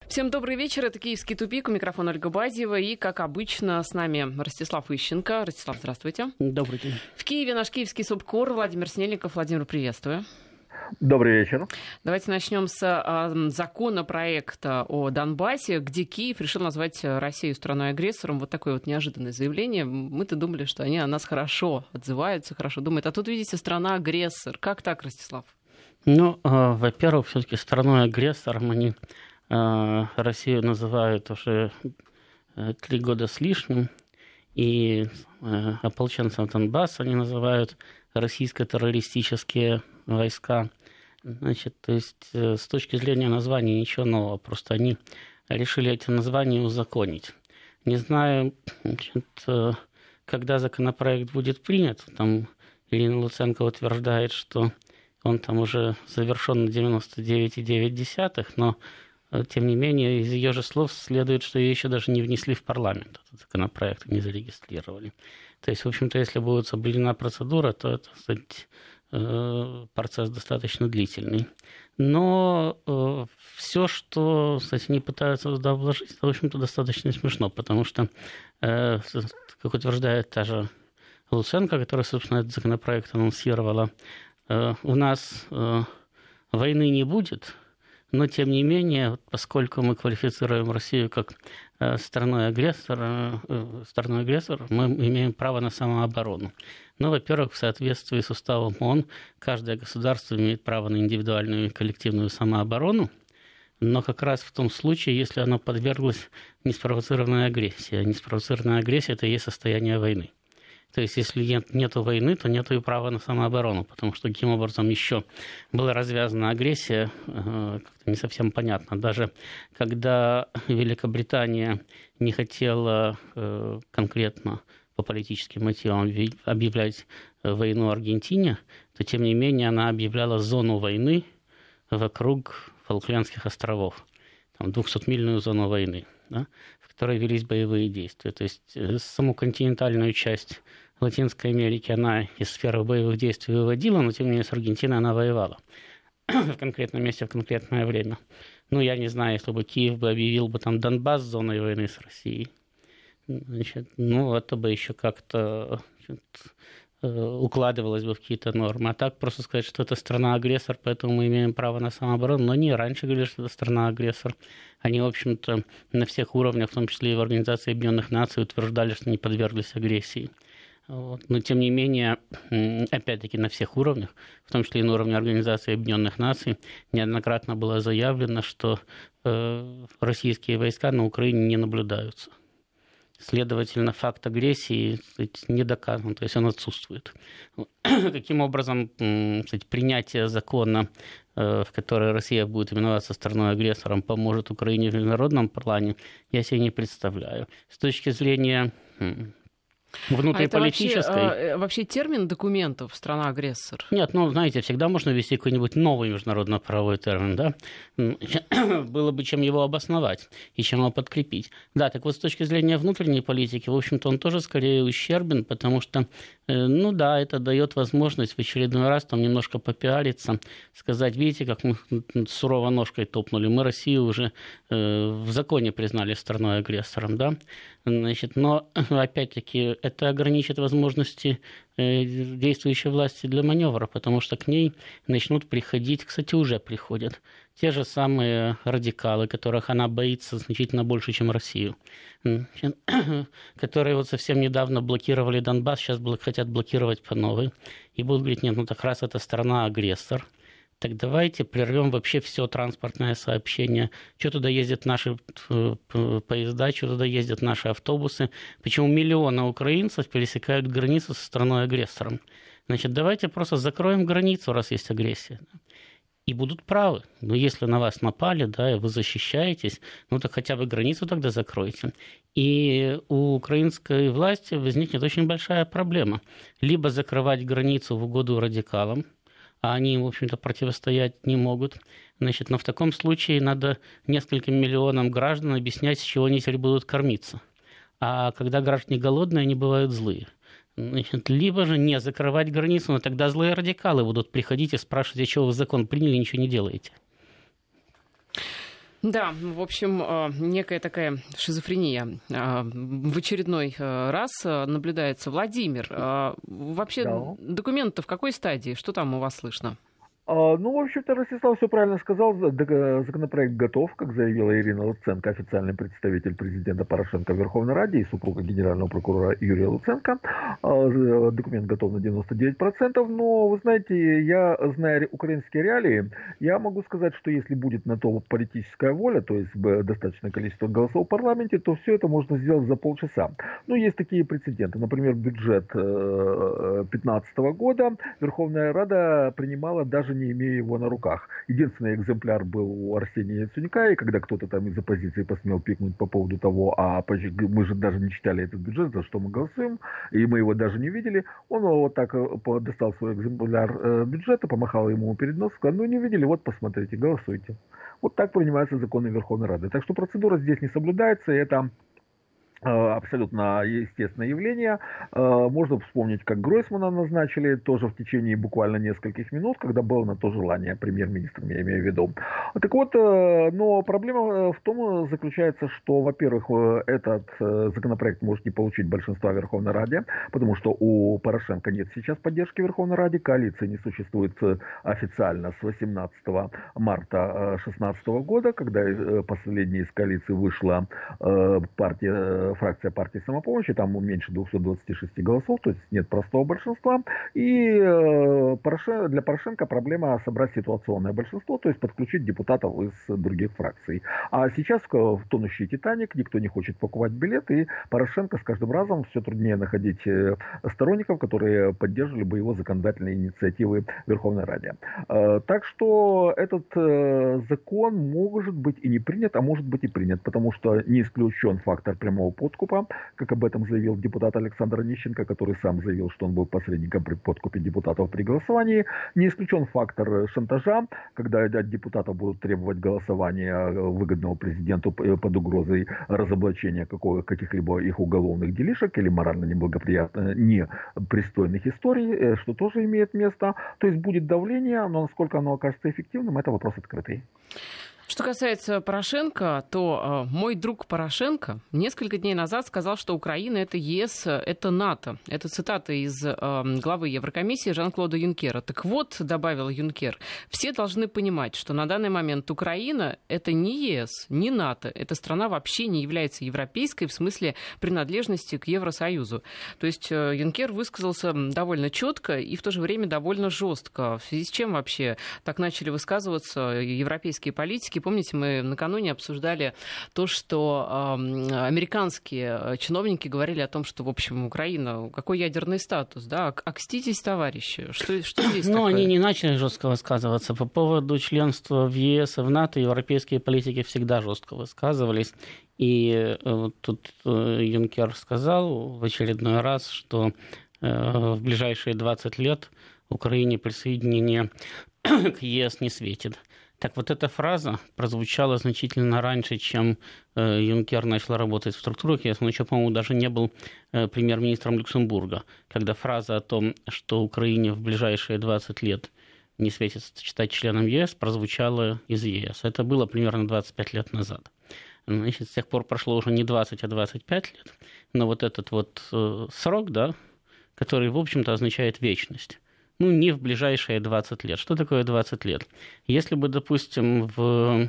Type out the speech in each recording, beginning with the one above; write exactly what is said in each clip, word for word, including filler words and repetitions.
Всем добрый вечер. Это «Киевский тупик». У микрофона Ольга Бадьева. И, как обычно, с нами Ростислав Ищенко. Ростислав, здравствуйте. Добрый день. В Киеве наш киевский субкор Владимир Снельников. Владимир, приветствую. Добрый вечер. Давайте начнем с а, законопроекта о Донбассе, где Киев решил назвать Россию страной-агрессором. Вот такое вот неожиданное заявление. Мы-то думали, что они о нас хорошо отзываются, хорошо думают. А тут, видите, страна-агрессор. Как так, Ростислав? Ну, э, во-первых, все-таки страной-агрессором они э, Россию называют уже э, три года с лишним. И э, ополченцев Донбасса они называют российско-террористические войска. Значит, то есть э, с точки зрения названия ничего нового. Просто они решили эти названия узаконить. Не знаю, значит, э, когда законопроект будет принят. Там Ирина Луценко утверждает, что он там уже завершен на девяносто девять целых девять десятых, но, тем не менее, из ее же слов следует, что ее еще даже не внесли в парламент, этот законопроект, не зарегистрировали. То есть, в общем-то, если будет соблюдена процедура, то это, кстати, процесс достаточно длительный. Но э, все, что, кстати, не пытаются туда вложить, это, в общем-то, достаточно смешно, потому что, э, как утверждает та же Луценко, которая, собственно, этот законопроект анонсировала, у нас э, войны не будет, но, тем не менее, поскольку мы квалифицируем Россию как э, страной-агрессор, э, страной-агрессор, мы имеем право на самооборону. Ну, во-первых, в соответствии с уставом ООН, каждое государство имеет право на индивидуальную и коллективную самооборону, но как раз в том случае, если оно подверглось неспровоцированной агрессии. А неспровоцированная агрессия – это и есть состояние войны. То есть, если нет нету войны, то нету и права на самооборону, потому что таким образом еще была развязана агрессия, как-то не совсем понятно. Даже когда Великобритания не хотела конкретно по политическим мотивам объявлять войну Аргентине, то, тем не менее, она объявляла зону войны вокруг Фолклендских островов, там двухсотмильную зону войны, да, в которой велись боевые действия. То есть саму континентальную часть Латинской Америки она из сферы боевых действий выводила, но тем не менее с Аргентиной она воевала в конкретном месте в конкретное время. Ну, я не знаю, если бы Киев бы объявил бы там Донбасс зоной войны с Россией, значит, ну, это бы еще как-то значит, укладывалось бы в какие-то нормы. А так просто сказать, что это страна-агрессор, поэтому мы имеем право на самооборону. Но не, раньше говорили, что это страна-агрессор. Они, в общем-то, на всех уровнях, в том числе и в Организации Объединенных Наций, утверждали, что не подверглись агрессии. Вот. Но, тем не менее, опять-таки, на всех уровнях, в том числе и на уровне Организации Объединенных Наций, неоднократно было заявлено, что э, российские войска на Украине не наблюдаются. Следовательно, факт агрессии, кстати, не доказан, то есть он отсутствует. Каким образом, кстати, принятие закона, в который Россия будет именоваться страной-агрессором, поможет Украине в международном плане, я себе не представляю. С точки зрения внутриполитической... А это вообще, вообще термин документов «страна-агрессор»? Нет, ну, знаете, всегда можно ввести какой-нибудь новый международно-правовой термин, да? Было бы чем его обосновать и чем его подкрепить. Да, так вот, с точки зрения внутренней политики, в общем-то, он тоже скорее ущербен, потому что, ну да, это дает возможность в очередной раз там немножко попиариться, сказать, видите, как мы сурово ножкой топнули, мы Россию уже в законе признали страной-агрессором, да? Значит, но, опять-таки, это ограничит возможности действующей власти для маневра, потому что к ней начнут приходить, кстати, уже приходят, те же самые радикалы, которых она боится значительно больше, чем Россию, которые вот совсем недавно блокировали Донбасс, сейчас хотят блокировать по новой, и будут говорить, нет, ну так раз это страна-агрессор, так давайте прервем вообще все транспортное сообщение. Что туда ездят наши поезда, что туда ездят наши автобусы. Почему миллионы украинцев пересекают границу со страной-агрессором. Значит, давайте просто закроем границу, раз есть агрессия. И будут правы. Но если на вас напали, да, и вы защищаетесь, ну так хотя бы границу тогда закройте. И у украинской власти возникнет очень большая проблема. Либо закрывать границу в угоду радикалам, а они, в общем-то, противостоять не могут. Значит, но в таком случае надо нескольким миллионам граждан объяснять, с чего они теперь будут кормиться. А когда граждане голодные, они бывают злые. Значит, либо же не закрывать границу, но тогда злые радикалы будут приходить и спрашивать, а чего вы закон приняли, ничего не делаете. Да, в общем, некая такая шизофрения в очередной раз наблюдается. Владимир, вообще Да. документы в какой стадии? Что там у вас слышно? Ну, в общем-то, Ростислав все правильно сказал. Законопроект готов, как заявила Ирина Луценко, официальный представитель президента Порошенко в Верховной Раде и супруга генерального прокурора Юрия Луценко. Документ готов на девяносто девять процентов, но, вы знаете, я, зная украинские реалии, я могу сказать, что если будет на то политическая воля, то есть достаточное количество голосов в парламенте, то все это можно сделать за полчаса. Ну, есть такие прецеденты. Например, бюджет две тысячи пятнадцатого года Верховная Рада принимала, даже не имея его на руках. Единственный экземпляр был у Арсения Яценюка, и когда кто-то там из оппозиции посмел пикнуть по поводу того, а мы же даже не читали этот бюджет, за что мы голосуем, и мы его даже не видели, он вот так достал свой экземпляр бюджета, помахал ему перед носом, сказал: ну не видели, вот посмотрите, голосуйте. Вот так принимаются законы Верховной Рады. Так что процедура здесь не соблюдается, и это абсолютно естественное явление. Можно вспомнить, как Гройсмана назначили тоже в течение буквально нескольких минут, когда было на то желание, премьер-министром, я имею в виду. Так вот, но проблема в том заключается, что, во-первых, этот законопроект может не получить большинства в Верховной Раде, потому что у Порошенко нет сейчас поддержки в Верховной Раде, коалиции не существует официально с восемнадцатого марта две тысячи шестнадцатого года, когда последняя из коалиции вышла партия фракция партии самопомощи, там меньше двухсот двадцати шести голосов, то есть нет простого большинства. И для Порошенко проблема собрать ситуационное большинство, то есть подключить депутатов из других фракций. А сейчас в тонущий Титаник, никто не хочет покупать билеты, и Порошенко с каждым разом все труднее находить сторонников, которые поддерживали бы его законодательные инициативы в Верховной Раде. Так что этот закон может быть и не принят, а может быть и принят, потому что не исключен фактор прямого подкупа, как об этом заявил депутат Александр Онищенко, который сам заявил, что он был посредником при подкупе депутатов при голосовании. Не исключен фактор шантажа, когда от депутатов будут требовать голосования выгодного президенту под угрозой разоблачения каких-либо их уголовных делишек или морально неблагоприятных, непристойных историй, что тоже имеет место. То есть будет давление, но насколько оно окажется эффективным, это вопрос открытый. Что касается Порошенко, то э, мой друг Порошенко несколько дней назад сказал, что Украина — это ЕС, это НАТО. Это цитата из э, главы Еврокомиссии Жан-Клода Юнкера. Так вот, добавил Юнкер, все должны понимать, что на данный момент Украина — это не ЕС, не НАТО. Эта страна вообще не является европейской в смысле принадлежности к Евросоюзу. То есть э, Юнкер высказался довольно четко и в то же время довольно жестко. В связи с чем вообще так начали высказываться европейские политики? Помните, мы накануне обсуждали то, что э, американские чиновники говорили о том, что, в общем, Украина, какой ядерный статус, да? Окститесь, товарищи. Что, что здесь Ну, такое? Они не начали жестко высказываться. По поводу членства в ЕС и в НАТО европейские политики всегда жестко высказывались. И э, тут э, Юнкер сказал в очередной раз, что э, в ближайшие двадцать лет Украине присоединение к ЕС не светит. Так вот эта фраза прозвучала значительно раньше, чем э, Юнкер начал работать в структурах ЕС. Он еще, по-моему, даже не был э, премьер-министром Люксембурга, когда фраза о том, что Украине в ближайшие двадцать лет не светит стать членом ЕС, прозвучала из ЕС. Это было примерно двадцать пять лет назад. Значит, с тех пор прошло уже не двадцать, а двадцать пять лет. Но вот этот вот э, срок, да, который, в общем-то, означает вечность. Ну, не в ближайшие двадцать лет. Что такое двадцать лет? Если бы, допустим, в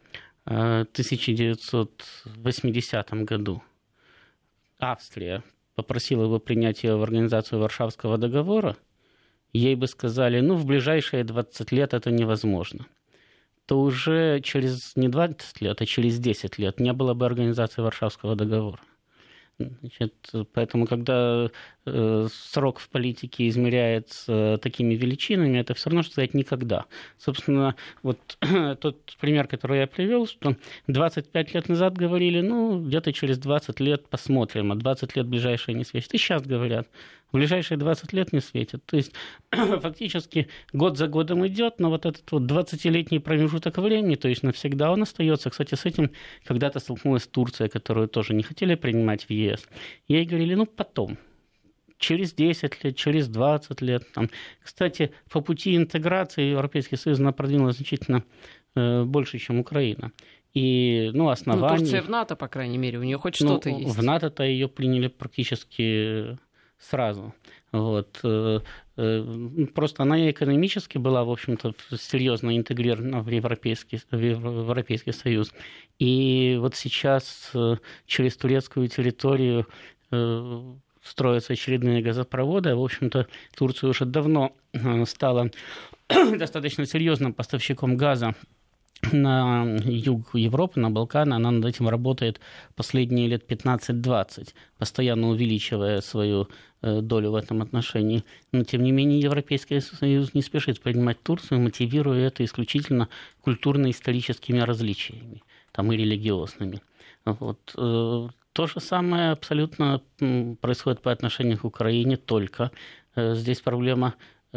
тысяча девятьсот восьмидесятом году Австрия попросила бы принять ее в организацию Варшавского договора, ей бы сказали, ну, в ближайшие двадцать лет это невозможно, то уже через не двадцать лет, а через десять лет не было бы организации Варшавского договора. Значит, поэтому, когда э, срок в политике измеряется такими величинами, это все равно, что сказать никогда. Собственно, вот тот пример, который я привел, что двадцать пять лет назад говорили, ну, где-то через двадцать лет посмотрим, а двадцать лет ближайшие не светит. И сейчас говорят, в ближайшие двадцать лет не светит. То есть, фактически, год за годом идет, но вот этот вот двадцатилетний промежуток времени, то есть навсегда он остается. Кстати, с этим когда-то столкнулась Турция, которую тоже не хотели принимать в ЕС. Ей говорили, ну, потом, через десять лет, через двадцать лет. Там. Кстати, по пути интеграции Европейский Союз продвинулся значительно э, больше, чем Украина. И, ну, оснований... Ну, Турция в НАТО, по крайней мере, у нее хоть ну, что-то есть. В НАТО-то ее приняли практически сразу. Вот. Просто она экономически была, в общем-то, серьезно интегрирована в Европейский, в Европейский Союз. И вот сейчас через турецкую территорию строятся очередные газопроводы. В общем-то, Турция уже давно стала достаточно серьезным поставщиком газа на юг Европы, на Балканы. Она над этим работает последние лет пятнадцать-двадцать, постоянно увеличивая свою долю в этом отношении. Но, тем не менее, Европейский Союз не спешит принимать Турцию, мотивируя это исключительно культурно-историческими различиями, там и религиозными. Вот. То же самое абсолютно происходит по отношению к Украине, только здесь проблема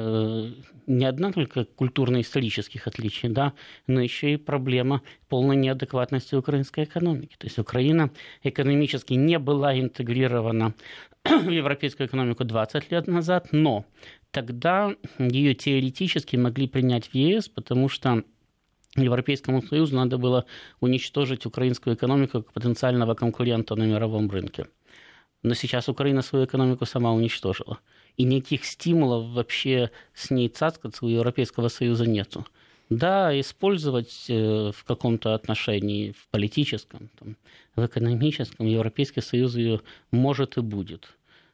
не одна только культурно-исторических отличий, да, но еще и проблема полной неадекватности украинской экономики. То есть Украина экономически не была интегрирована в европейскую экономику двадцать лет назад, но тогда ее теоретически могли принять в ЕС, потому что Европейскому Союзу надо было уничтожить украинскую экономику как потенциального конкурента на мировом рынке. Но сейчас Украина свою экономику сама уничтожила. И никаких стимулов вообще с ней цацкаться у Европейского Союза нету. Да, использовать в каком-то отношении, в политическом, там, в экономическом, Европейский Союз ее может и будет.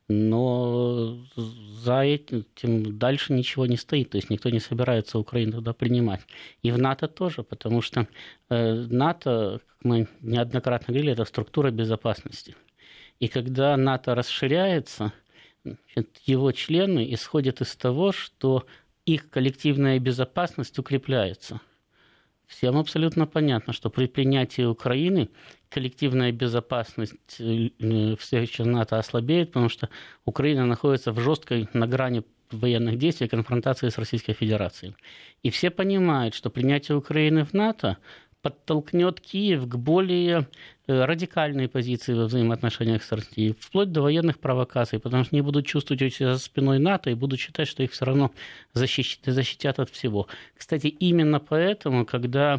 Но за этим дальше ничего не стоит, то есть никто не собирается Украину туда принимать. И в НАТО тоже, потому что НАТО, как мы неоднократно говорили, это структура безопасности. И когда НАТО расширяется, его члены исходят из того, что их коллективная безопасность укрепляется. Всем абсолютно понятно, что при принятии Украины коллективная безопасность всех член НАТО ослабеет, потому что Украина находится в жесткой, на грани военных действий, конфронтации с Российской Федерацией. И все понимают, что принятие Украины в НАТО подтолкнет Киев к более радикальной позиции во взаимоотношениях с Россией, вплоть до военных провокаций, потому что они будут чувствовать у себя за спиной НАТО и будут считать, что их все равно защитят, защитят от всего. Кстати, именно поэтому, когда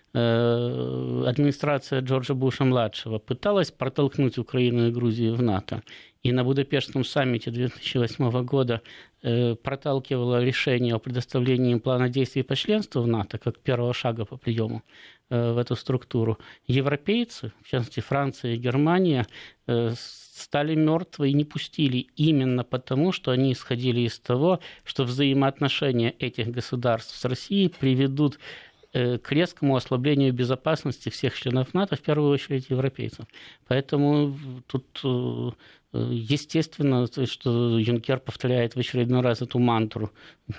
э, администрация Джорджа Буша-младшего пыталась протолкнуть Украину и Грузию в НАТО, и на Будапештском саммите две тысячи восьмого года э, проталкивала решение о предоставлении им плана действий по членству в НАТО как первого шага по приему э, в эту структуру, европейцы, в частности Франция и Германия, э, стали мертвы и не пустили именно потому, что они исходили из того, что взаимоотношения этих государств с Россией приведут к резкому ослаблению безопасности всех членов НАТО, в первую очередь европейцев. Поэтому тут естественно, что Юнкер повторяет в очередной раз эту мантру.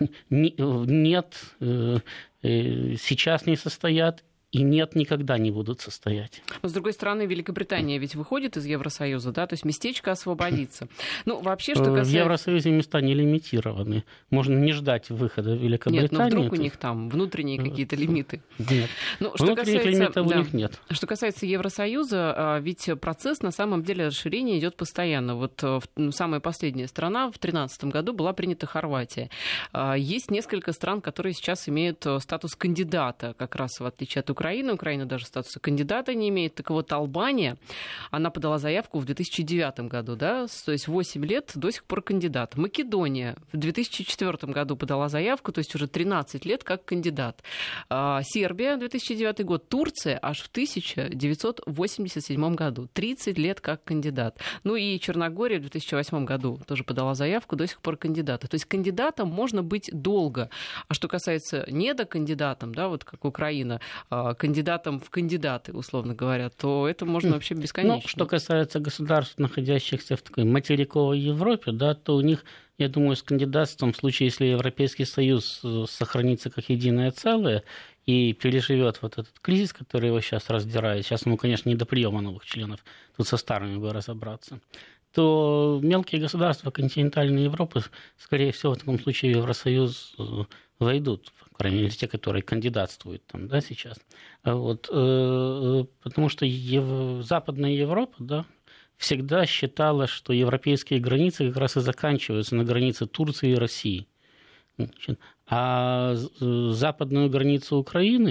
Нет, сейчас не состоят, и нет, никогда не будут состоять. Но, с другой стороны, Великобритания ведь выходит из Евросоюза, да, то есть местечко освободится. Ну, вообще, что касается... В Евросоюзе места не лимитированы. Можно не ждать выхода Великобритании. Нет, но вдруг это... у них там внутренние какие-то лимиты. Нет, ну, что внутренних касается... лимитов да. у них нет. Что касается Евросоюза, ведь процесс, на самом деле, расширения идет постоянно. Вот ну, самая последняя страна в две тысячи тринадцатом году была принята Хорватия. Есть несколько стран, которые сейчас имеют статус кандидата, как раз в отличие от Украины. Украина. Украина даже статуса кандидата не имеет. Так вот, Албания, она подала заявку в две тысячи девятом году, да, то есть восемь лет до сих пор кандидат. Македония в две тысячи четвёртом году подала заявку, то есть уже тринадцать лет как кандидат. Сербия, две тысячи девятый год. Турция аж в тысяча девятьсот восемьдесят седьмом году. тридцать лет как кандидат. Ну и Черногория в две тысячи восьмом году тоже подала заявку, до сих пор кандидата. То есть кандидатом можно быть долго. А что касается недокандидатом, да, вот как Украина, кандидатом в кандидаты, условно говоря, то это можно вообще бесконечно. Ну, что касается государств, находящихся в такой материковой Европе, да, то у них, я думаю, с кандидатством, в случае, если Европейский Союз сохранится как единое целое и переживет вот этот кризис, который его сейчас раздирает, сейчас ему, конечно, не до приема новых членов, тут со старыми бы разобраться, то мелкие государства континентальной Европы, скорее всего, в таком случае в Евросоюз войдут, по крайней мере, те, которые кандидатствуют там, да, сейчас. Вот, э, потому что Ев... Западная Европа, да, всегда считала, что европейские границы как раз и заканчиваются на границе Турции и России. А западную границу Украины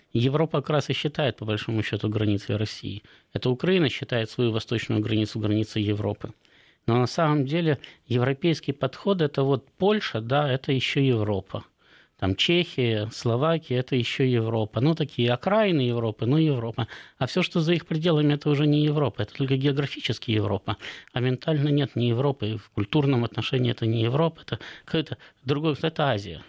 Европа как раз и считает, по большому счету, границей России. Это Украина считает свою восточную границу границей Европы. Но на самом деле европейский подход – это вот Польша, да, это еще Европа. Там Чехия, Словакия – это еще Европа. Ну, такие окраины Европы, ну, Европа. А все, что за их пределами, это уже не Европа. Это только географически Европа. А ментально нет ни Европы. В культурном отношении это не Европа. Это какой-то другой, это Азия.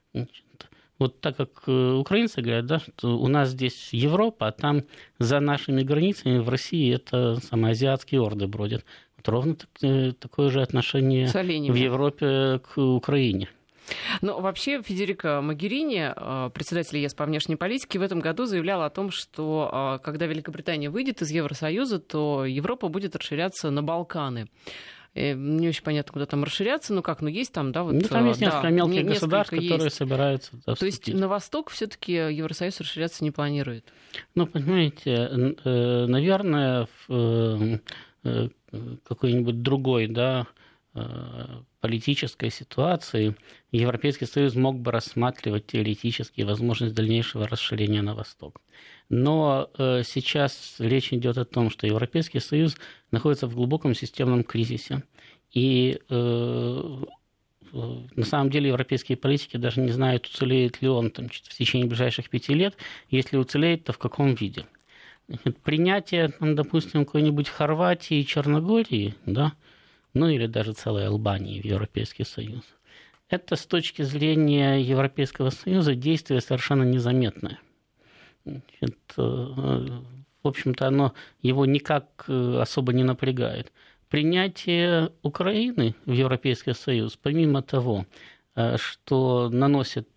Вот так как украинцы говорят, да, что у нас здесь Европа, а там за нашими границами в России это самые азиатские орды бродят. Вот ровно так, такое же отношение в Европе к Украине. Ну, вообще, Федерико Могерини, председатель ЕС по внешней политике, в этом году заявлял о том, что когда Великобритания выйдет из Евросоюза, то Европа будет расширяться на Балканы. Не очень понятно, куда там расширяться, ну как, ну есть там, да, вот... Ну, там есть несколько да, мелких государств, есть. которые собираются... Да, то есть на восток все-таки Евросоюз расширяться не планирует? Ну, понимаете, наверное, в какой-нибудь другой, да, политической ситуации Европейский Союз мог бы рассматривать теоретически возможность дальнейшего расширения на восток. Но сейчас речь идет о том, что Европейский Союз находится в глубоком системном кризисе. И на самом деле европейские политики даже не знают, уцелеет ли он там, в течение ближайших пяти лет. Если уцелеет, то в каком виде. Принятие, там, допустим, какой-нибудь Хорватии и Черногории, да, ну или даже целой Албании в Европейский Союз, это с точки зрения Европейского Союза действие совершенно незаметное. Значит, в общем-то, оно его никак особо не напрягает. Принятие Украины в Европейский Союз, помимо того, что наносит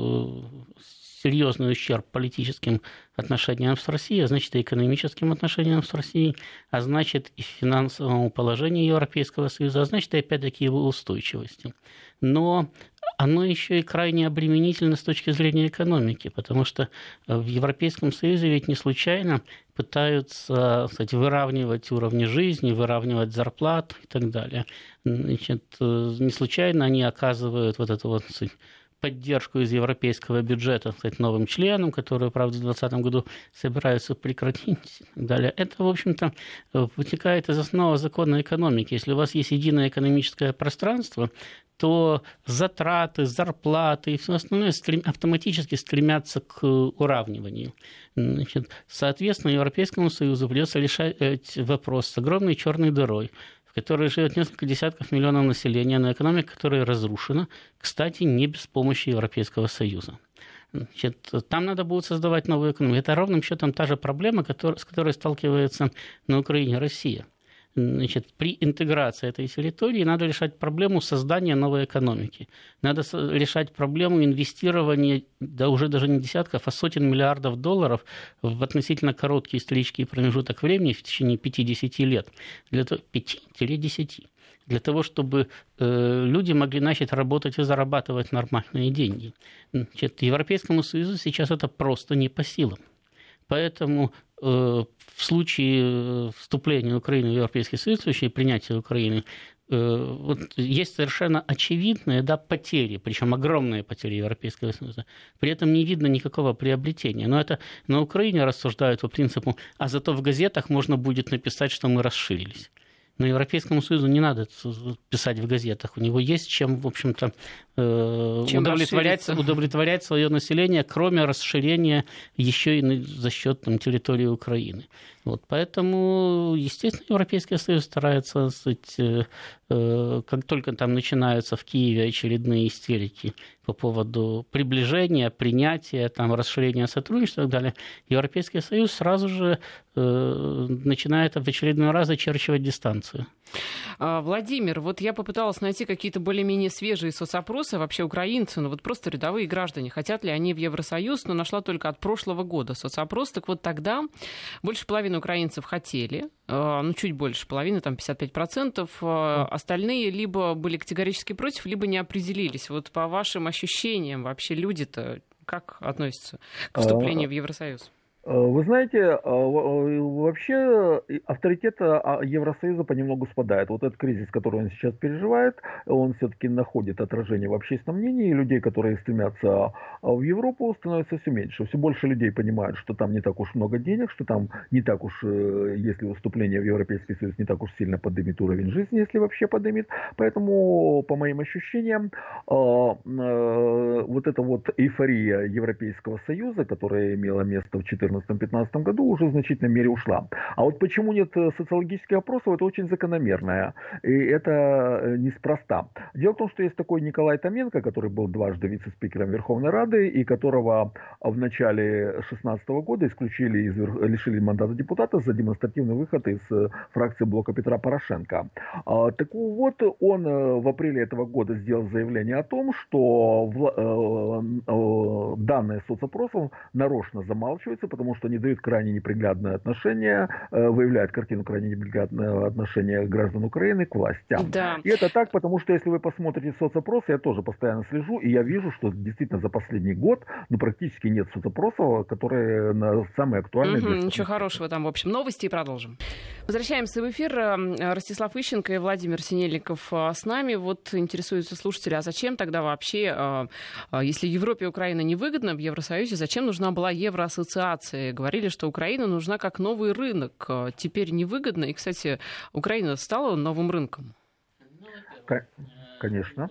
серьезный ущерб политическим отношениям с Россией, а значит и экономическим отношениям с Россией, а значит и финансовому положению Европейского Союза, а значит и опять-таки его устойчивости. Но оно еще и крайне обременительно с точки зрения экономики, потому что в Европейском Союзе ведь не случайно пытаются, кстати, выравнивать уровни жизни, выравнивать зарплату и так далее. Значит, не случайно они оказывают вот это вот поддержку из европейского бюджета, кстати, новым членам, которые, правда, в две тысячи двадцатом году собираются прекратить и так далее. Это, в общем-то, вытекает из основы закона экономики. Если у вас есть единое экономическое пространство, то затраты, зарплаты и все остальное автоматически стремятся к уравниванию. Значит, соответственно, Европейскому Союзу придется решать вопрос с огромной черной дырой, в которой живет несколько десятков миллионов населения, но экономика которая разрушена, кстати, не без помощи Европейского Союза. Значит, там надо будет создавать новую экономику. Это ровным счетом та же проблема, который, с которой сталкивается на Украине Россия. Значит, при интеграции этой территории надо решать проблему создания новой экономики. Надо решать проблему инвестирования, да уже даже не десятков, а сотен миллиардов долларов в относительно короткий исторический промежуток времени, в течение пяти-десяти лет, для того, пяти-десяти, для того, чтобы э, люди могли начать работать и зарабатывать нормальные деньги. Значит, Европейскому Союзу сейчас это просто не по силам. Поэтому э, в случае вступления Украины в Европейский Союз, в случае принятия Украины, э, вот есть совершенно очевидные, да, потери, причем огромные потери Европейского Союза. При этом не видно никакого приобретения. Но это на Украине рассуждают по принципу, а зато в газетах можно будет написать, что мы расширились. Но Европейскому Союзу не надо писать в газетах. У него есть чем, в общем-то, чем удовлетворять, удовлетворять свое население, кроме расширения еще и за счет там, территории Украины. Вот, поэтому, естественно, Европейский Союз старается, сказать, как только там начинаются в Киеве очередные истерики по поводу приближения, принятия, там, расширения сотрудничества и так далее, Европейский Союз сразу же э, начинает в очередной раз очерчивать дистанцию. Владимир, вот я попыталась найти какие-то более-менее свежие соцопросы, вообще украинцы, ну вот просто рядовые граждане, хотят ли они в Евросоюз, но нашла только от прошлого года соцопрос. Так вот тогда больше половины украинцев хотели, ну чуть больше половины, там пятьдесят пять процентов, остальные либо были категорически против, либо не определились. Вот по вашим ощущениям вообще люди-то как относятся к вступлению в Евросоюз? Вы знаете, вообще авторитет Евросоюза понемногу спадает. Вот этот кризис, который он сейчас переживает, он все-таки находит отражение в общественном мнении, и людей, которые стремятся в Европу, становится все меньше. Все больше людей понимают, что там не так уж много денег, что там не так уж, если вступление в Европейский Союз не так уж сильно поднимет уровень жизни, если вообще поднимет. Поэтому, по моим ощущениям, вот эта вот эйфория Европейского Союза, которая имела место в две тысячи четырнадцатом-пятнадцатом году, уже в значительной мере ушла. А вот почему нет социологических опросов, это очень закономерное. И это неспроста. Дело в том, что есть такой Николай Томенко, который был дважды вице-спикером Верховной Рады, и которого в начале две тысячи шестнадцатого года исключили, из, лишили мандата депутата за демонстративный выход из фракции блока Петра Порошенко. Так вот, он в апреле этого года сделал заявление о том, что в, данные соцопросов нарочно замалчиваются, потому что они дают крайне неприглядное отношение, выявляют картину крайне неприглядного отношения граждан Украины к властям. Да. И это так, потому что если вы посмотрите соцопросы, я тоже постоянно слежу, и я вижу, что действительно за последний год ну, практически нет соцопросов, которые на самые актуальные. Угу, ничего хорошего там, в общем. Новости и продолжим. Возвращаемся в эфир. Ростислав Ищенко и Владимир Синельников с нами. Вот интересуются слушатели, а зачем тогда вообще, если Европе и Украина невыгодна в Евросоюзе, зачем нужна была Евроассоциация? Говорили, что Украина нужна как новый рынок. Теперь невыгодно. И, кстати, Украина стала новым рынком. Конечно.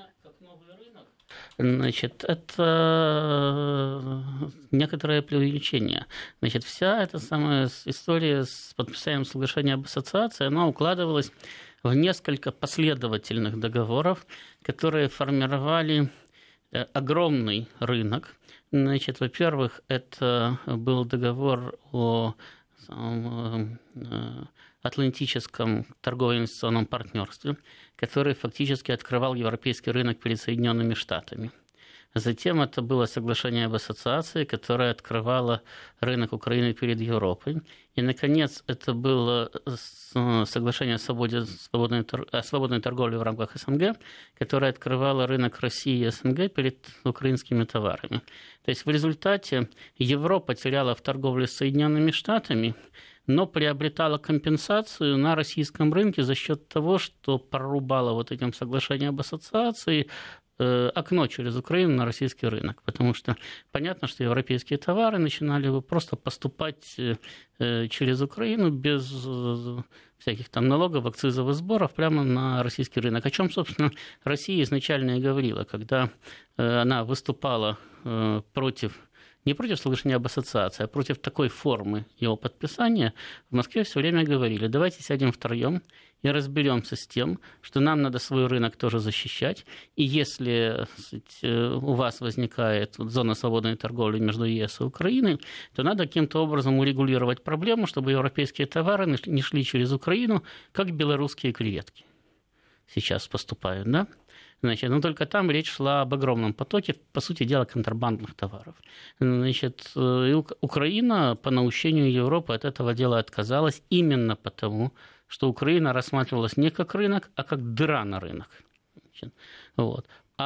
Значит, это некоторое преувеличение. Значит, вся эта самая история с подписанием соглашения об ассоциации, она укладывалась в несколько последовательных договоров, которые формировали огромный рынок. Значит, во-первых, это был договор о Атлантическом торгово-инвестиционном партнерстве, который фактически открывал европейский рынок перед Соединенными Штатами. Затем это было соглашение об ассоциации, которое открывало рынок Украины перед Европой. И, наконец, это было соглашение о свободе, свободной, о свободной торговле в рамках СНГ, которое открывало рынок России и СНГ перед украинскими товарами. То есть в результате Европа теряла в торговле с Соединенными Штатами, но приобретала компенсацию на российском рынке за счет того, что прорубала вот этим соглашением об ассоциации э, окно через Украину на российский рынок. Потому что понятно, что европейские товары начинали просто поступать э, через Украину без э, всяких там налогов, акцизов и сборов прямо на российский рынок. О чем, собственно, Россия изначально и говорила, когда э, она выступала э, против не против соглашения об ассоциации, а против такой формы его подписания, в Москве все время говорили, давайте сядем втроем и разберемся с тем, что нам надо свой рынок тоже защищать, и если сказать, у вас возникает зона свободной торговли между ЕС и Украиной, то надо каким-то образом урегулировать проблему, чтобы европейские товары не шли через Украину, как белорусские креветки сейчас поступают, да? Значит, но только там речь шла об огромном потоке, по сути дела, контрабандных товаров. Значит, Украина по наущению Европы от этого дела отказалась именно потому, что Украина рассматривалась не как рынок, а как дыра на рынок. Значит, вот.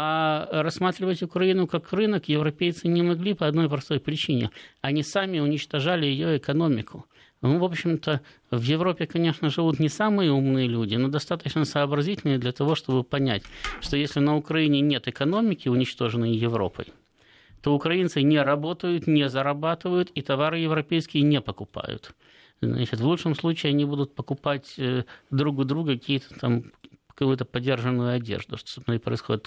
А рассматривать Украину как рынок европейцы не могли по одной простой причине. Они сами уничтожали ее экономику. Ну, в общем-то, в Европе, конечно, живут не самые умные люди, но достаточно сообразительные для того, чтобы понять, что если на Украине нет экономики, уничтоженной Европой, то украинцы не работают, не зарабатывают и товары европейские не покупают. Значит, в лучшем случае они будут покупать друг у друга какие-то там какую-то подержанную одежду, что, собственно, и происходит.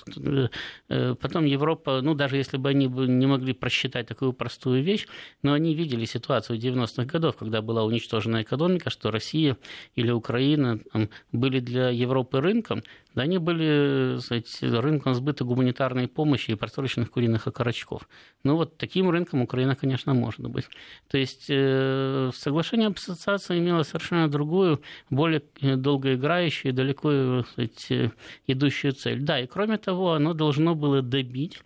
Потом Европа, ну, даже если бы они не могли просчитать такую простую вещь, но они видели ситуацию девяностых годов, когда была уничтожена экономика, что Россия или Украина там, были для Европы рынком, да, они были, сказать, рынком сбыта гуманитарной помощи и просроченных куриных окорочков. Ну, вот таким рынком Украина, конечно, может быть. То есть э, соглашение об ассоциации имело совершенно другую, более долгоиграющую и далеко, сказать, идущую цель. Да, и кроме того, оно должно было добить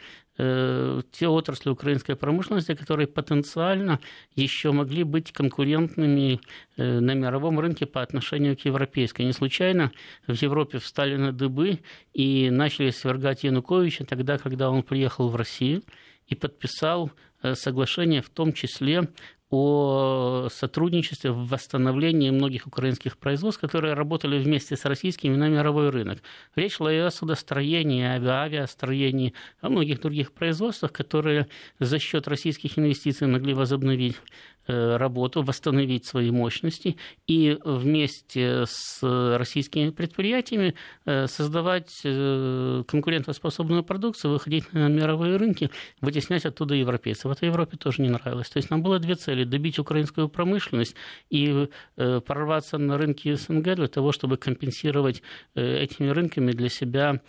те отрасли украинской промышленности, которые потенциально еще могли быть конкурентными на мировом рынке по отношению к европейской. Не случайно в Европе встали на дыбы и начали свергать Януковича тогда, когда он приехал в Россию и подписал соглашение в том числе о сотрудничестве в восстановлении многих украинских производств, которые работали вместе с российскими на мировой рынок. Речь шла и о судостроении, о авиастроении, о многих других производствах, которые за счет российских инвестиций могли возобновить работу, восстановить свои мощности и вместе с российскими предприятиями создавать конкурентоспособную продукцию, выходить на мировые рынки, вытеснять оттуда европейцев. Это Европе тоже не нравилось. То есть нам было две цели: добить украинскую промышленность и прорваться на рынки СНГ для того, чтобы компенсировать этими рынками для себя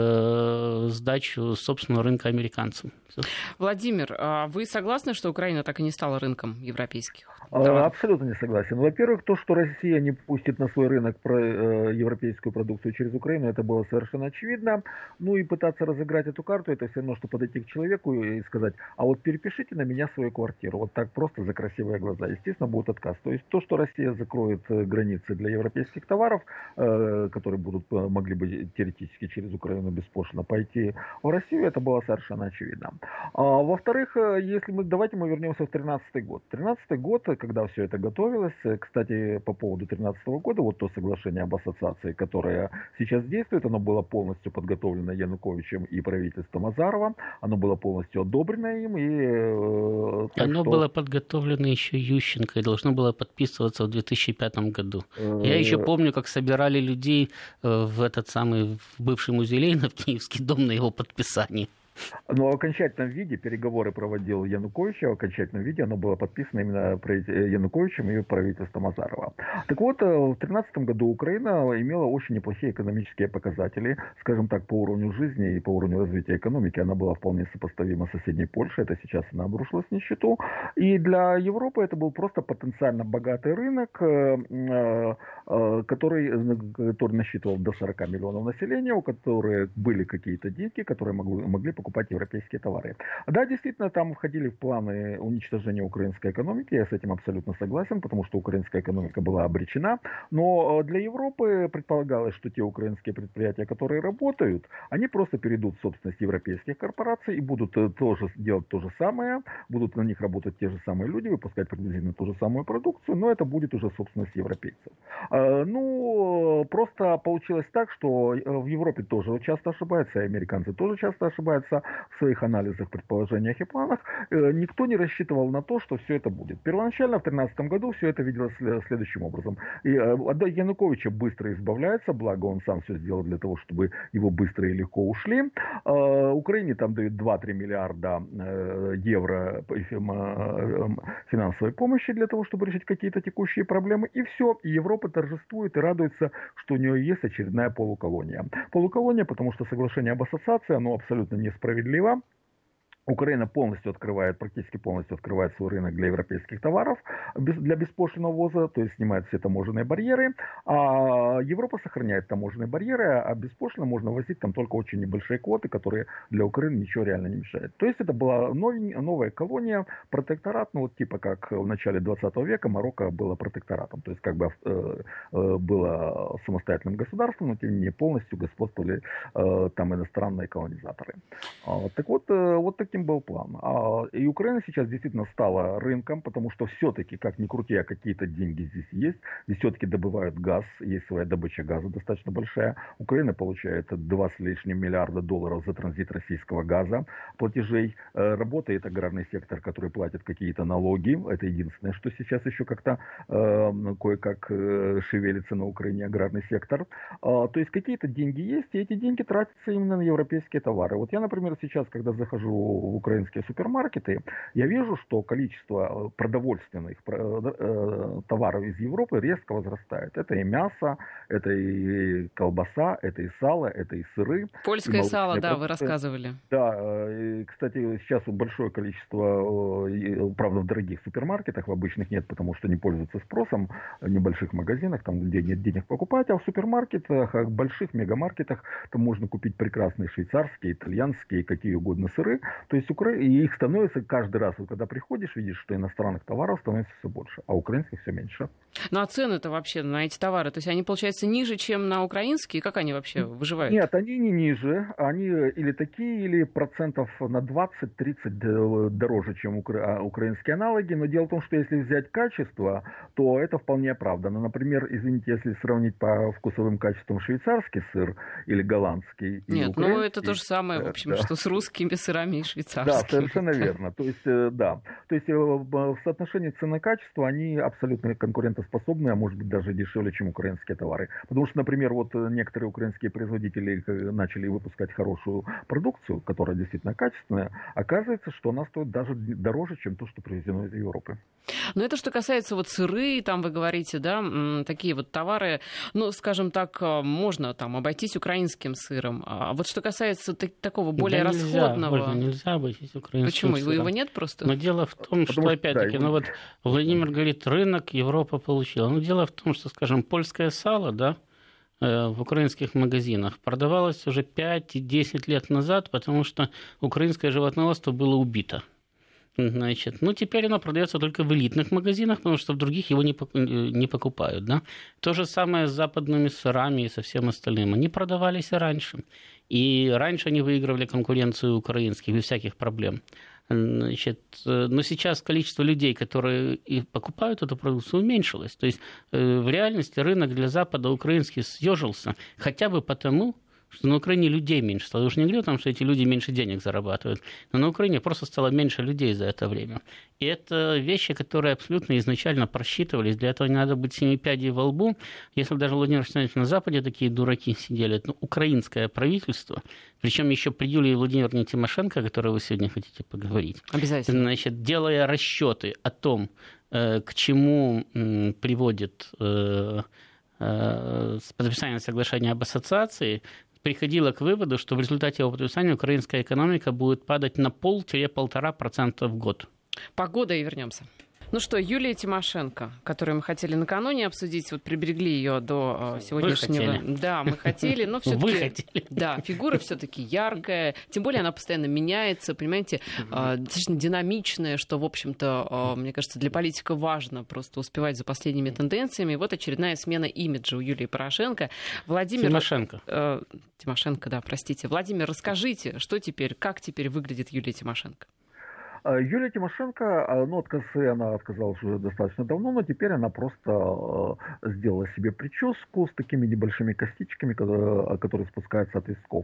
сдачу собственного рынка американцам. Владимир, а вы согласны, что Украина так и не стала рынком европейских товаров? Абсолютно не согласен. Во-первых, то, что Россия не пустит на свой рынок европейскую продукцию через Украину, это было совершенно очевидно. Ну и пытаться разыграть эту карту, это все равно, что подойти к человеку и сказать: а вот перепишите на меня свою квартиру. Вот так просто за красивые глаза. Естественно, будет отказ. То есть то, что Россия закроет границы для европейских товаров, которые будут, могли бы теоретически через Украину беспошлино пойти в Россию, это было совершенно очевидно. А, во-вторых, если мы, давайте мы вернемся в тринадцатый год. тринадцатый год, когда все это готовилось, кстати, по поводу тринадцатого года, вот то соглашение об ассоциации, которое сейчас действует, оно было полностью подготовлено Януковичем и правительством Азарова, оно было полностью одобрено им. И, так оно что... было подготовлено еще Ющенко и должно было подписываться в две тысячи пятом году. Я еще помню, как собирали людей в этот самый в бывший музей Ленина, в Киевский дом, на его подписание. Но в окончательном виде переговоры проводил Янукович, а в окончательном виде оно было подписано именно Януковичем и правительством Азарова. Так вот, в две тысячи тринадцатом году Украина имела очень неплохие экономические показатели, скажем так, по уровню жизни и по уровню развития экономики. Она была вполне сопоставима с соседней Польшей, это сейчас она обрушилась в нищету. И для Европы это был просто потенциально богатый рынок, который, который насчитывал до сорока миллионов населения, у которых были какие-то деньги, которые могли, могли покупать европейские товары. Да, действительно, там входили в планы уничтожения украинской экономики, я с этим абсолютно согласен, потому что украинская экономика была обречена, но для Европы предполагалось, что те украинские предприятия, которые работают, они просто перейдут в собственность европейских корпораций и будут тоже делать то же самое, будут на них работать те же самые люди, выпускать приблизительно ту же самую продукцию, но это будет уже собственность европейцев. Ну, просто получилось так, что в Европе тоже часто ошибаются, и американцы тоже часто ошибаются в своих анализах, предположениях и планах. Никто не рассчитывал на то, что все это будет. Первоначально в две тысячи тринадцатом году все это виделось следующим образом. И от Януковича быстро избавляется, благо он сам все сделал для того, чтобы его быстро и легко ушли. Украине там дают два-три миллиарда евро финансовой помощи для того, чтобы решить какие-то текущие проблемы. И все. И Европа торжествует и радуется, что у нее есть очередная полуколония. Полуколония, потому что соглашение об ассоциации, оно абсолютно несправедливо. Украина полностью открывает, практически полностью открывает свой рынок для европейских товаров, для беспошлинного ввоза, то есть снимает все таможенные барьеры, а Европа сохраняет таможенные барьеры, а беспошлино можно возить там только очень небольшие квоты, которые для Украины ничего реально не мешают. То есть это была новая колония, протекторат, ну вот типа как в начале двадцатого века Марокко было протекторатом, то есть как бы э, э, было самостоятельным государством, но тем не менее полностью господствовали э, там иностранные колонизаторы. А, так вот, э, вот таким был план. А, и Украина сейчас действительно стала рынком, потому что все-таки, как ни крути, а какие-то деньги здесь есть. Здесь все-таки добывают газ, есть своя добыча газа достаточно большая. Украина получает два с лишним миллиарда долларов за транзит российского газа, платежей. Э, работает аграрный сектор, который платит какие-то налоги. Это единственное, что сейчас еще как-то э, кое-как э, шевелится на Украине аграрный сектор. А, то есть какие-то деньги есть, и эти деньги тратятся именно на европейские товары. Вот я, например, сейчас, когда захожу в украинские супермаркеты, я вижу, что количество продовольственных товаров из Европы резко возрастает. Это и мясо, это и колбаса, это и сало, это и сыры. Польское и сало, да, вы рассказывали. Да, и, кстати, сейчас большое количество, правда, в дорогих супермаркетах, в обычных нет, потому что не пользуются спросом, в небольших магазинах, там, где нет денег покупать, а в супермаркетах, в больших мегамаркетах, там можно купить прекрасные швейцарские, итальянские, какие угодно сыры. То есть укра... и их становится каждый раз, вот, когда приходишь, видишь, что иностранных товаров становится все больше, а украинских все меньше. Ну а цены-то вообще на эти товары, то есть они, получается, ниже, чем на украинские? Как они вообще выживают? Нет, они не ниже, они или такие, или процентов на двадцать-тридцать дороже, чем укра... украинские аналоги, но дело в том, что если взять качество, то это вполне оправдано. Например, извините, если сравнить по вкусовым качествам швейцарский сыр или голландский, нет, ну это то же самое, в общем, да. что с русскими сырами и швейцарскими. Да, совершенно верно. То есть, да. То есть в соотношении цена-качество они абсолютно конкурентоспособны, а может быть даже дешевле, чем украинские товары. Потому что, например, вот некоторые украинские производители начали выпускать хорошую продукцию, которая действительно качественная, оказывается, что она стоит даже дороже, чем то, что привезено из Европы. Но это что касается вот сыры, там вы говорите, да, такие вот товары, ну, скажем так, можно там обойтись украинским сыром. А вот что касается такого более да расходного... Нельзя, Ольга, нельзя обойтись украинским Почему? сыром. Его нет просто? Но дело в том, Потому что, опять-таки, да, ну вот Владимир говорит, рынок Европа получила. Но дело в том, что, скажем, польское сало, да, в украинских магазинах продавалось уже пять-десять лет назад, потому что украинское животноводство было убито. Значит, ну, теперь оно продается только в элитных магазинах, потому что в других его не, не покупают. Да? То же самое с западными сырами и со всем остальным. Они продавались и раньше. И раньше они выигрывали конкуренцию украинских без всяких проблем. Значит, но сейчас количество людей, которые и покупают эту продукцию, уменьшилось. То есть в реальности рынок для Запада украинский съежился хотя бы потому, что на Украине людей меньше стало. Я уж не говорю о том, что эти люди меньше денег зарабатывают, но на Украине просто стало меньше людей за это время. И это вещи, которые абсолютно изначально просчитывались. Для этого не надо быть семи пядей во лбу. Если даже Владимир Александрович на Западе такие дураки сидели, ну, украинское правительство, причем еще при Юлии Владимировне Тимошенко, о которой вы сегодня хотите поговорить, обязательно, значит, делая расчеты о том, к чему приводит подписание соглашения об ассоциации, приходила к выводу, что в результате его подписания украинская экономика будет падать на пол-полтора процента в год. Погода и вернемся. Ну что, Юлия Тимошенко, которую мы хотели накануне обсудить, вот приберегли ее до сегодняшнего... Да, мы хотели, но все-таки... Вы хотели. Да, фигура все-таки яркая, тем более она постоянно меняется, понимаете, достаточно динамичная, что, в общем-то, мне кажется, для политика важно просто успевать за последними тенденциями. Вот очередная смена имиджа у Юлии Порошенко. Владимир... Тимошенко. Э, Тимошенко, да, простите. Владимир, расскажите, что теперь, как теперь выглядит Юлия Тимошенко? Юлия Тимошенко, ну, от косы она отказалась уже достаточно давно, но теперь она просто сделала себе прическу с такими небольшими костичками, которые, которые спускаются от висков.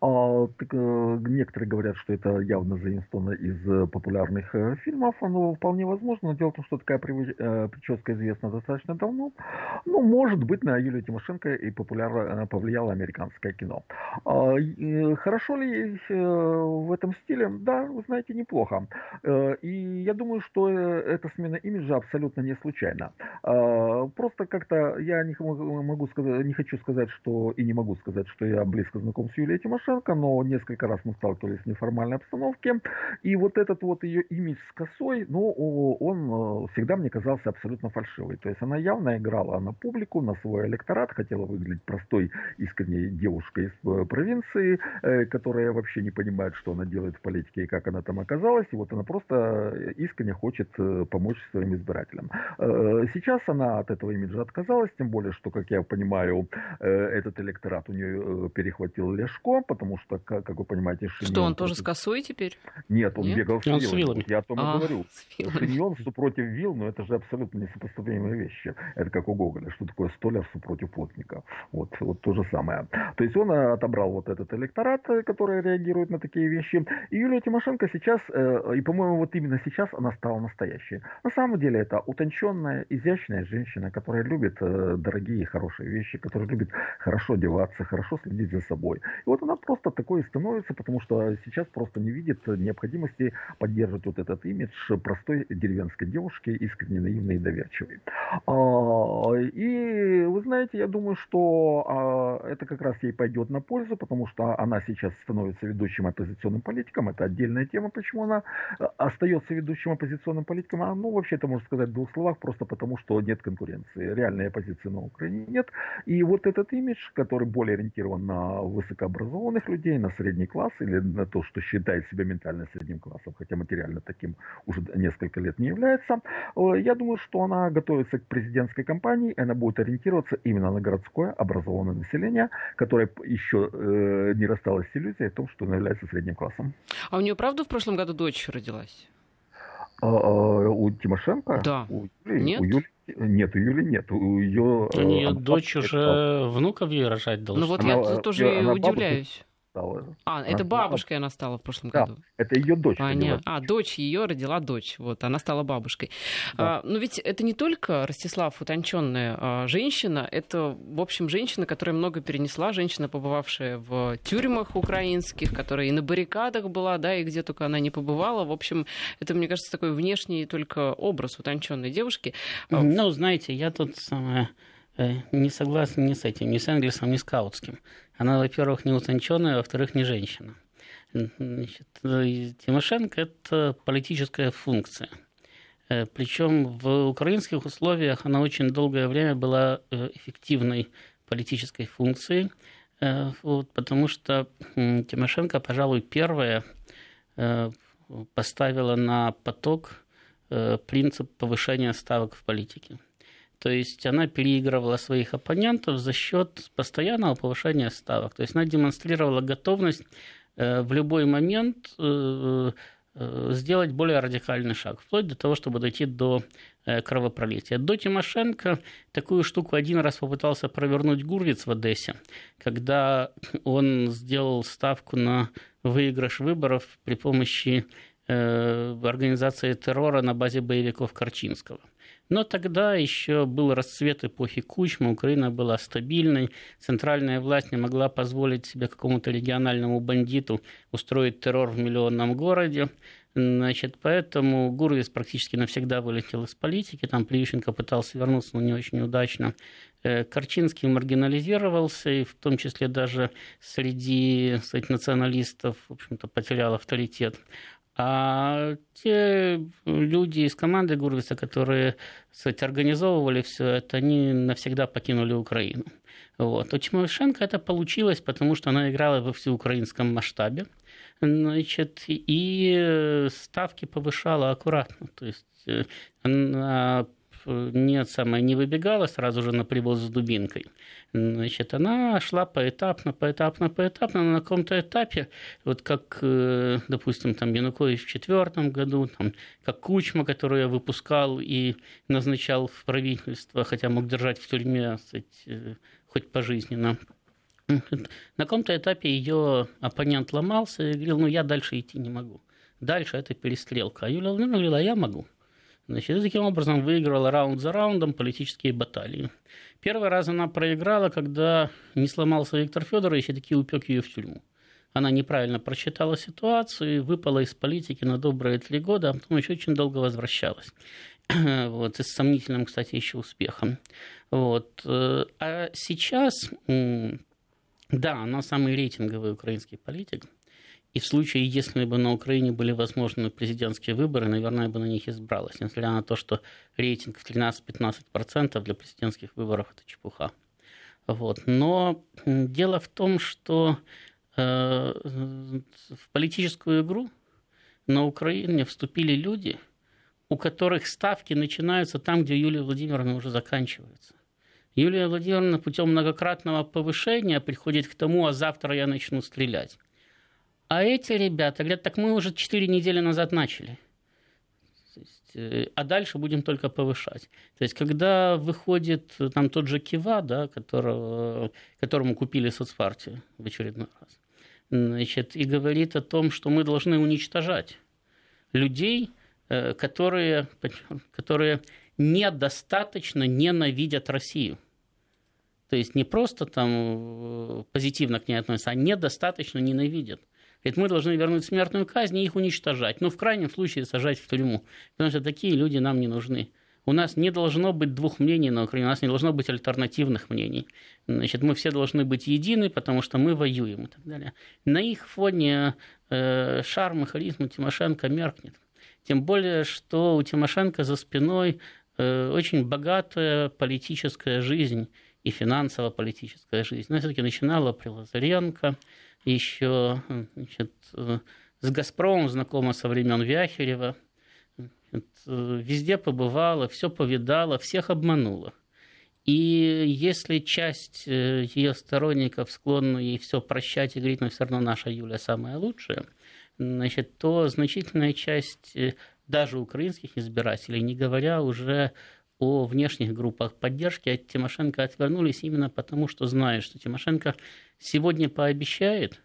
Некоторые говорят, что это явно заимствовано из популярных фильмов, но вполне возможно, но дело в том, что такая прическа известна достаточно давно. Ну, может быть, на Юлию Тимошенко и популяр... повлияло американское кино. Хорошо ли в этом стиле? Да, вы знаете, неплохо. И я думаю, что эта смена имиджа абсолютно не случайна. Просто как-то я не могу сказать, не хочу сказать, что и не могу сказать, что я близко знаком с Юлией Тимошенко, но несколько раз мы сталкивались в неформальной обстановке. И вот этот вот ее имидж с косой, ну, он всегда мне казался абсолютно фальшивый. То есть она явно играла на публику, на свой электорат, хотела выглядеть простой, искренней девушкой из провинции, которая вообще не понимает, что она делает в политике и как она там оказалась. И вот она просто искренне хочет помочь своим избирателям. Сейчас она от этого имиджа отказалась, тем более, что, как я понимаю, этот электорат у нее перехватил Ляшко, потому что, как вы понимаете, Шеньон... Что, он тоже с косой теперь? Нет, он Нет? бегал с вилами. вилами. Я о том и а, говорю. Шеньон против вил, но это же абсолютно несопоставимые вещи. Это как у Гоголя, что такое столяр против плотника. Вот, вот то же самое. То есть он отобрал вот этот электорат, который реагирует на такие вещи. И Юлия Тимошенко сейчас, и, по-моему, вот именно сейчас она стала настоящей. На самом деле это утонченная, изящная женщина, которая любит дорогие и хорошие вещи, которая любит хорошо одеваться, хорошо следить за собой. И вот она просто такой и становится, потому что сейчас просто не видит необходимости поддерживать вот этот имидж простой деревенской девушки, искренне наивной и доверчивой. И вы знаете, я думаю, что это как раз ей пойдет на пользу, потому что она сейчас становится ведущим оппозиционным политиком. Это отдельная тема, почему она остается ведущим оппозиционным политиком, а, ну, вообще это можно сказать в двух словах, просто потому, что нет конкуренции. Реальной оппозиции на Украине нет. И вот этот имидж, который более ориентирован на высокообразованных людей, на средний класс или на то, что считает себя ментально средним классом, хотя материально таким уже несколько лет не является, я думаю, что она готовится к президентской кампании, и она будет ориентироваться именно на городское образованное население, которое еще э, не рассталось с иллюзией о том, что она является средним классом. А у нее, правда, в прошлом году дочь родилась? А, а, у Тимошенко? Да. У Юли? Нет? У Юли? Нет, у Юли нет. У ее, у нее она дочь уже это... внуков ей рожать должна. Ну вот она, я тоже она удивляюсь. Стала. А, она это стала... бабушкой она стала в прошлом да, году. Это ее дочь. Понятно. А, дочь ее родила дочь. Вот, она стала бабушкой. Да. А, но ведь это не только, Ростислав, утонченная а, женщина, это, в общем, женщина, которая много перенесла, женщина, побывавшая в тюрьмах украинских, которая и на баррикадах была, да, и где только она не побывала. В общем, это, мне кажется, такой внешний только образ утонченной девушки. Ну, знаете, я тут самое... не согласен ни с этим, ни с Энгельсом, ни с Каутским. Она, во-первых, не утонченная, а во-вторых, не женщина. Значит, Тимошенко – это политическая функция. Причем в украинских условиях она очень долгое время была эффективной политической функцией, вот, потому что Тимошенко, пожалуй, первая поставила на поток принцип повышения ставок в политике. То есть она переигрывала своих оппонентов за счет постоянного повышения ставок. То есть она демонстрировала готовность в любой момент сделать более радикальный шаг, вплоть до того, чтобы дойти до кровопролития. До Тимошенко такую штуку один раз попытался провернуть Гурвиц в Одессе, когда он сделал ставку на выигрыш выборов при помощи организации террора на базе боевиков Корчинского. Но тогда еще был расцвет эпохи Кучмы, Украина была стабильной, центральная власть не могла позволить себе какому-то региональному бандиту устроить террор в миллионном городе. Значит, поэтому Гурвиц практически навсегда вылетел из политики, там Плющенко пытался вернуться, но не очень удачно. Корчинский маргинализировался, и в том числе даже среди, кстати, националистов, в общем-то, потерял авторитет. А те люди из команды Гурвица, которые, кстати, организовывали все это, они навсегда покинули Украину. Вот. У Тимошенко это получилось, потому что она играла во всеукраинском масштабе, значит, и ставки повышала аккуратно. То есть она не, самое, не выбегала сразу же на привоз с дубинкой. Значит, она шла поэтапно, поэтапно, поэтапно, но на каком-то этапе, вот как, допустим, там Янукович в четвертом году, там, как Кучма, которую я выпускал и назначал в правительство, хотя мог держать в тюрьме, кстати, хоть пожизненно. На каком-то этапе ее оппонент ломался и говорил, ну я дальше идти не могу. Дальше это перестрелка. А Юлия Владимировна говорила, я могу. Значит, и таким образом выиграла раунд за раундом политические баталии. Первый раз она проиграла, когда не сломался Виктор Федорович и таки упек ее в тюрьму. Она неправильно просчитала ситуацию и выпала из политики на добрые три года, а потом еще очень долго возвращалась. Вот, и с сомнительным, кстати, еще успехом. Вот. А сейчас, да, она самый рейтинговый украинский политик. И в случае, если бы на Украине были возможны президентские выборы, наверное, бы на них избралась. Несмотря на то, что рейтинг в тринадцать-пятнадцать процентов для президентских выборов – это чепуха. Вот. Но дело в том, что э, в политическую игру на Украине вступили люди, у которых ставки начинаются там, где Юлия Владимировна уже заканчивается. Юлия Владимировна путем многократного повышения приходит к тому, а завтра я начну стрелять. А эти ребята говорят, так мы уже четыре недели назад начали. То есть, а дальше будем только повышать. То есть, когда выходит там тот же Кива, да, которого, которому купили соцпартию в очередной раз, значит, и говорит о том, что мы должны уничтожать людей, которые, которые недостаточно ненавидят Россию. То есть, не просто там позитивно к ней относятся, а недостаточно ненавидят. Говорит, мы должны вернуть смертную казнь и их уничтожать. Но в крайнем случае сажать в тюрьму. Потому что такие люди нам не нужны. У нас не должно быть двух мнений на Украине, у нас не должно быть альтернативных мнений. Значит, мы все должны быть едины, потому что мы воюем и так далее. На их фоне э, шарм и харизма Тимошенко меркнет. Тем более, что у Тимошенко за спиной очень богатая политическая жизнь и финансово-политическая жизнь. Она все-таки начинала при Лазаренко, еще значит, с «Газпромом» знакома со времен Вяхерева. Везде побывала, все повидала, всех обманула. И если часть ее сторонников склонна ей все прощать и говорить, но все равно наша Юля самая лучшая, значит, то значительная часть даже украинских избирателей, не говоря уже о внешних группах поддержки, от Тимошенко отвернулись именно потому, что знают, что Тимошенко сегодня пообещает,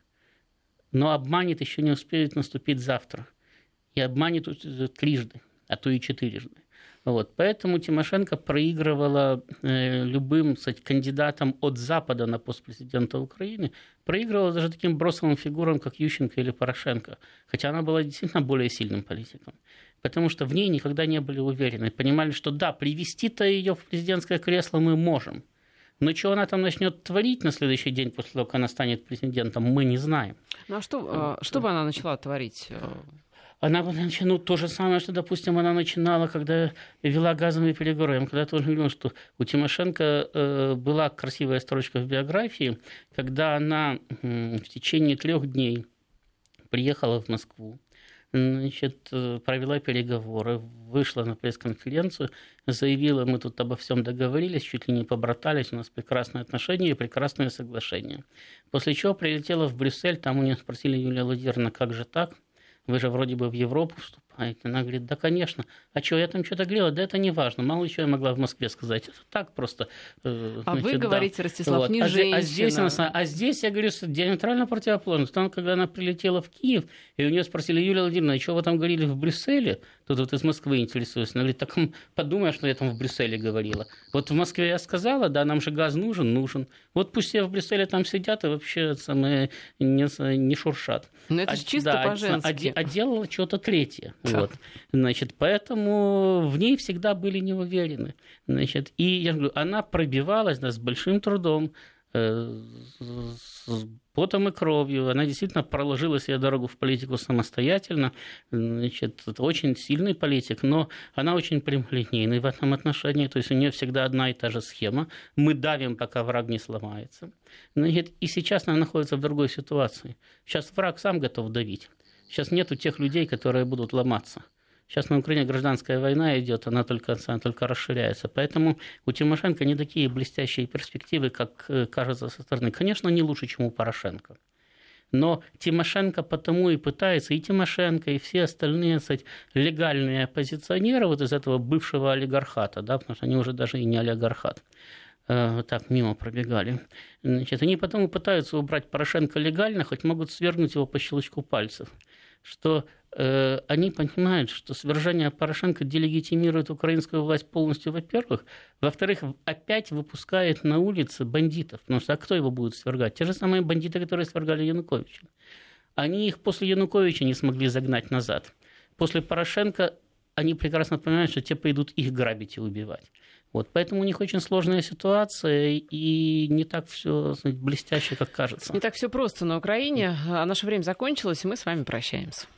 но обманет, еще не успеет наступить завтра. И обманет трижды, а то и четырежды. Вот. Поэтому Тимошенко проигрывала э, любым, кстати, кандидатам от Запада на пост президента Украины, проигрывала даже таким бросовым фигурам, как Ющенко или Порошенко, хотя она была действительно более сильным политиком, потому что в ней никогда не были уверены, понимали, что да, привести-то ее в президентское кресло мы можем, но что она там начнет творить на следующий день после того, как она станет президентом, мы не знаем. Ну а что, что бы она начала творить? Она, ну, то же самое, что, допустим, она начинала, когда вела газовые переговоры. Я когда тоже говорил, что у Тимошенко э, была красивая строчка в биографии, когда она э, в течение трех дней приехала в Москву, значит, провела переговоры, вышла на пресс-конференцию, заявила, мы тут обо всем договорились, чуть ли не побратались, у нас прекрасные отношения и прекрасное соглашение. После чего прилетела в Брюссель, там у нее спросили: Юлия Владимировна, как же так? Вы же вроде бы в Европу вступаете. Она говорит: да, конечно. А что, я там что-то говорила? Да это не важно. Мало ли что я могла в Москве сказать. Это так просто. А значит, вы говорите, да. Ростислав, вот. не а, женщина. А здесь, она, а здесь я говорю, что диаметрально противоположно. Там, когда она прилетела в Киев, и у нее спросили: Юлия Владимировна, а что вы там говорили в Брюсселе? Тут вот из Москвы интересуюсь. Она говорит: так подумай, что я там в Брюсселе говорила. Вот в Москве я сказала, да, нам же газ нужен, нужен. Вот пусть все в Брюсселе там сидят и вообще самые не, не шуршат. Но это а, же чисто да, по-женски. А, а делала что-то третье. Вот. Значит, поэтому в ней всегда были не уверены. Значит, и я говорю, она пробивалась, да, с большим трудом, э, с потом и кровью. Она действительно проложила себе дорогу в политику самостоятельно. Значит, это очень сильный политик, но она очень прямолинейная в этом отношении. То есть у нее всегда одна и та же схема. Мы давим, пока враг не сломается. Значит, и сейчас она находится в другой ситуации. Сейчас враг сам готов давить. Сейчас нету тех людей, которые будут ломаться. Сейчас на Украине гражданская война идет, она только, она только расширяется. Поэтому у Тимошенко не такие блестящие перспективы, как кажется со стороны. Конечно, не лучше, чем у Порошенко. Но Тимошенко потому и пытается, и Тимошенко, и все остальные, кстати, легальные оппозиционеры вот из этого бывшего олигархата, да, потому что они уже даже и не олигархат, вот так мимо пробегали. Значит, они потому пытаются убрать Порошенко легально, хоть могут свергнуть его по щелчку пальцев. Что э, они понимают, что свержение Порошенко делегитимирует украинскую власть полностью, во-первых. Во-вторых, опять выпускает на улицы бандитов. Потому что а кто его будет свергать? Те же самые бандиты, которые свергали Януковича. Они их после Януковича не смогли загнать назад. После Порошенко они прекрасно понимают, что те пойдут их грабить и убивать. Вот, поэтому у них очень сложная ситуация и не так все блестяще, как кажется. Не так все просто на Украине. А наше время закончилось, и мы с вами прощаемся.